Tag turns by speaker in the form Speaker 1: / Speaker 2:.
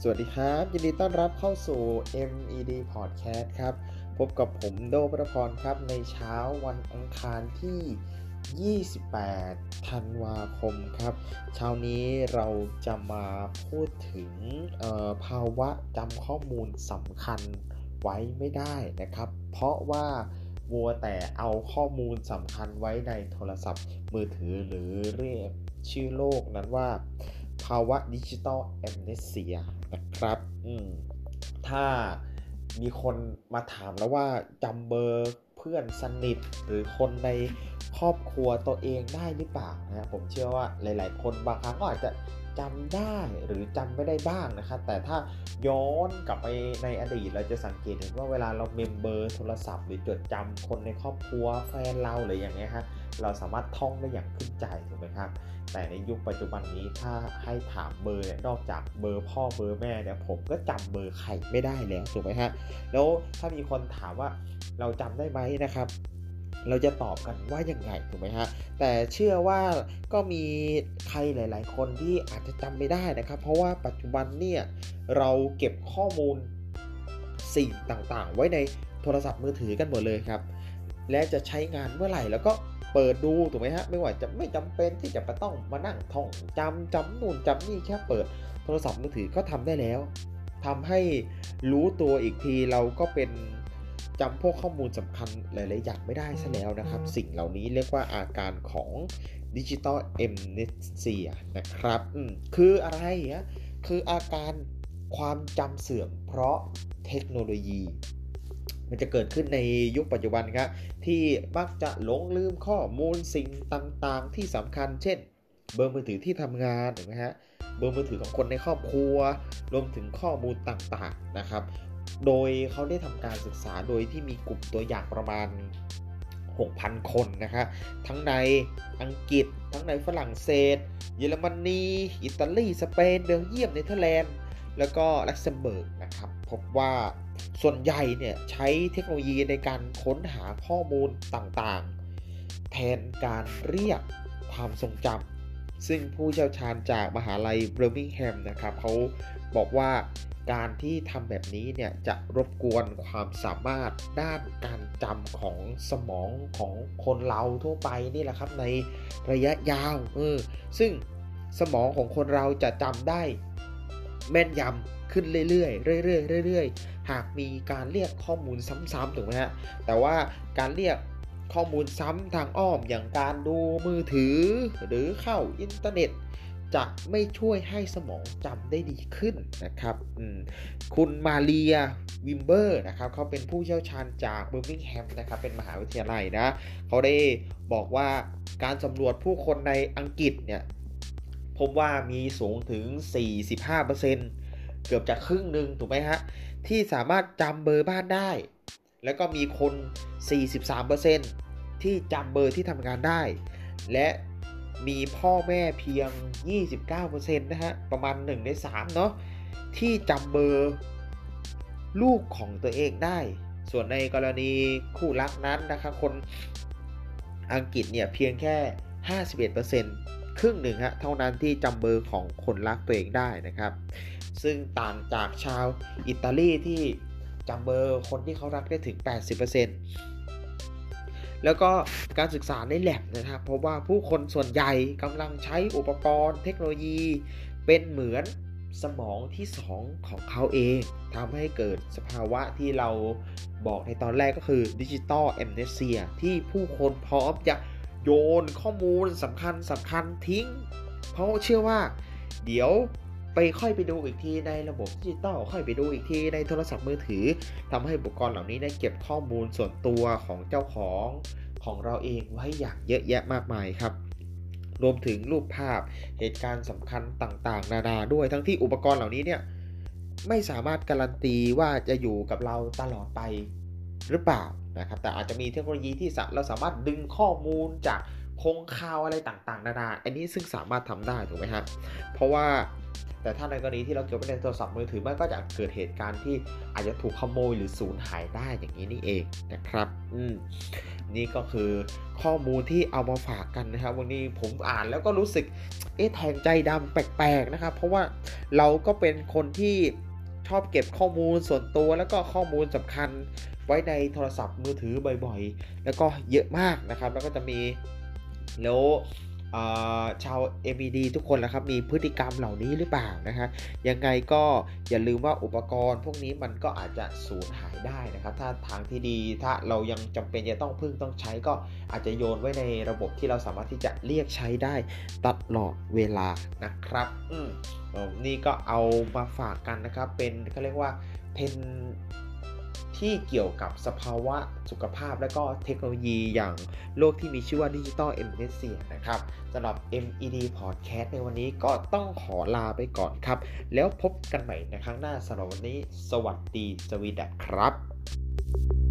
Speaker 1: สวัสดีครับยินดีต้อนรับเข้าสู่ MED Podcast ครับพบกับผมโดปรพรครับในเช้าวันอังคารที่ 28 ธันวาคมครับเช้านี้เราจะมาพูดถึงภาวะจำข้อมูลสำคัญไว้ไม่ได้นะครับเพราะว่ามัวแต่เอาข้อมูลสำคัญไว้ในโทรศัพท์มือถือหรือเรียกชื่อโรคนั้นว่าภาวะดิจิทัลแอมเนสเซียนะครับถ้ามีคนมาถามแล้วว่าจำเบอร์เพื่อนสนิทหรือคนในครอบครัวตัวเองได้หรือเปล่านะผมเชื่อว่าหลายๆคนบางครั้งก็อาจจะจำได้หรือจำไม่ได้บ้างนะครับแต่ถ้าย้อนกลับไปในอดีตเราจะสังเกตเห็นว่าเวลาเราเมมเบอร์โทรศัพท์หรือจดจำคนในครอบครัวแฟนเราหรืออย่างเงี้ยฮะเราสามารถท่องได้อย่างขึ้นใจถูกไหมครับแต่ในยุคปัจจุบันนี้ถ้าให้ถามเบอร์เนี่ยนอกจากเบอร์พ่อเบอร์แม่เนี่ยผมก็จำเบอร์ใครไม่ได้แล้วถูกไหมฮะแล้วถ้ามีคนถามว่าเราจำได้ไหมนะครับเราจะตอบกันว่ายังไงถูกไหมฮะแต่เชื่อว่าก็มีใครหลายๆคนที่อาจจะจำไม่ได้นะครับเพราะว่าปัจจุบันเนี่ยเราเก็บข้อมูลสิ่งต่างๆไว้ในโทรศัพท์มือถือกันหมดเลยครับและจะใช้งานเมื่อไหร่แล้วก็เปิดดูถูกไหมฮะไม่ว่าจะไม่จำเป็นที่จะต้องมานั่งท่องจำนู่นจำนี่แค่เปิดโทรศัพท์มือถือก็ทำได้แล้วทำให้รู้ตัวอีกทีเราก็เป็นจำพวกข้อมูลสำคัญหลายๆอย่างไม่ได้ซะแล้วนะครับสิ่งเหล่านี้เรียกว่าอาการของดิจิทัลแอมเนสเซียนะครับคืออะไรฮะคืออาการความจำเสื่อมเพราะเทคโนโลยีมันจะเกิดขึ้นในยุคปัจจุบันครับที่มักจะหลงลืมข้อมูลสิ่งต่างๆที่สำคัญเช่นเบอร์มือถือที่ทำงานถูกไหมฮะเบอร์มือถือของคนในครอบครัวรวมถึงข้อมูลต่างๆนะครับโดยเขาได้ทำการศึกษาโดยที่มีกลุ่มตัวอย่างประมาณ 6,000 คนนะครับทั้งในอังกฤษทั้งในฝรั่งเศสเยอรมนีอิตาลีสเปนเบลเยียมเนเธอร์แลนด์แล้วก็ลักเซมเบิร์กนะครับพบว่าส่วนใหญ่เนี่ยใช้เทคโนโลยีในการค้นหาข้อมูลต่างๆแทนการเรียกความทรงจำซึ่งผู้เชี่ยวชาญจากมหาลัยเบอร์มิงแฮมนะครับเขาบอกว่าการที่ทำแบบนี้เนี่ยจะรบกวนความสามารถด้านการจำของสมองของคนเราทั่วไปนี่แหละครับในระยะยาวซึ่งสมองของคนเราจะจำได้แม่นยำขึ้นเรื่อยๆเรื่อยๆหากมีการเรียกข้อมูลซ้ำๆถูกไหมฮะแต่ว่าการเรียกข้อมูลซ้ำทางอ้อมอย่างการดูมือถือหรือเข้าอินเทอร์เน็ตจะไม่ช่วยให้สมองจำได้ดีขึ้นนะครับคุณมาเรียวิมเบอร์นะครับเขาเป็นผู้เชี่ยวชาญจากเบอร์มิงแฮมนะครับเป็นมหาวิทยาลัยนะเขาได้บอกว่าการสำรวจผู้คนในอังกฤษเนี่ยพบว่ามีสูงถึง 45% เกือบจะครึ่งหนึ่งถูกไหมฮะที่สามารถจำเบอร์บ้านได้แล้วก็มีคน 43% ที่จำเบอร์ที่ทำงานได้และมีพ่อแม่เพียง 29% นะฮะประมาณ1ใน3เนาะที่จำเบอร์ลูกของตัวเองได้ส่วนในกรณีคู่รักนั้นนะครับคนอังกฤษเนี่ยเพียงแค่ 51% ครึ่งหนึ่งฮะเท่านั้นที่จำเบอร์ของคนรักตัวเองได้นะครับซึ่งต่างจากชาวอิตาลีที่จำเบอร์คนที่เขารักได้ถึง 80% แล้วก็การศึกษาในแลบนะครับเพราะว่าผู้คนส่วนใหญ่กำลังใช้อุปกรณ์เทคโนโลยีเป็นเหมือนสมองที่2ของเขาเองทำให้เกิดสภาวะที่เราบอกในตอนแรกก็คือดิจิทัลแอมเนสเซียที่ผู้คนพร้อมจะโยนข้อมูลสำคัญทิ้งเพราะเชื่อว่าเดี๋ยวค่อยไปดูอีกทีในระบบดิจิตอลค่อยไปดูอีกทีในโทรศัพท์มือถือทำให้อุปกรณ์เหล่านี้ได้เก็บข้อมูลส่วนตัวของเจ้าของเราเองไว้อย่างเยอะแยะมากมายครับรวมถึงรูปภาพเหตุการณ์สำคัญต่างๆนานาด้วยทั้งที่อุปกรณ์เหล่านี้เนี่ยไม่สามารถการันตีว่าจะอยู่กับเราตลอดไปหรือเปล่านะครับแต่อาจจะมีเทคโนโลยีที่เราสามารถดึงข้อมูลจากคงคาวอะไรต่างๆนานาอันนี้ซึ่งสามารถทำได้ถูกไหมฮะเพราะว่าแต่ถ้าในกรณีที่เราเก็บไว้ในโทรศัพท์มือถือมันก็จะเกิดเหตุการณ์ที่อาจจะถูกขโมยหรือสูญหายได้อย่างนี้นี่เองนะครับนี่ก็คือข้อมูลที่เอามาฝากกันนะครับวันนี้ผมอ่านแล้วก็รู้สึกแทงใจดำแปลกๆนะครับเพราะว่าเราก็เป็นคนที่ชอบเก็บข้อมูลส่วนตัวแล้วก็ข้อมูลสำคัญไว้ในโทรศัพท์มือถือบ่อยๆแล้วก็เยอะมากนะครับแล้วก็จะมีแล้วชาว MED ทุกคนนะครับมีพฤติกรรมเหล่านี้หรือเปล่านะครับยังไงก็อย่าลืมว่าอุปกรณ์พวกนี้มันก็อาจจะสูญหายได้นะครับถ้าทางที่ดีถ้าเรายังจำเป็นจะต้องต้องใช้ก็อาจจะโยนไว้ในระบบที่เราสามารถที่จะเรียกใช้ได้ตลอดเวลานะครับนี่ก็เอามาฝากกันนะครับเป็นเขาเรียกว่าเป็นที่เกี่ยวกับสภาวะสุขภาพและก็เทคโนโลยีอย่างโลกที่มีชื่อว่า Digital Amnesia นะครับสำหรับ MED Podcast ในวันนี้ก็ต้องขอลาไปก่อนครับแล้วพบกันใหม่ในครั้งหน้าสำหรับวันนี้สวัสดีสวีดัสครับ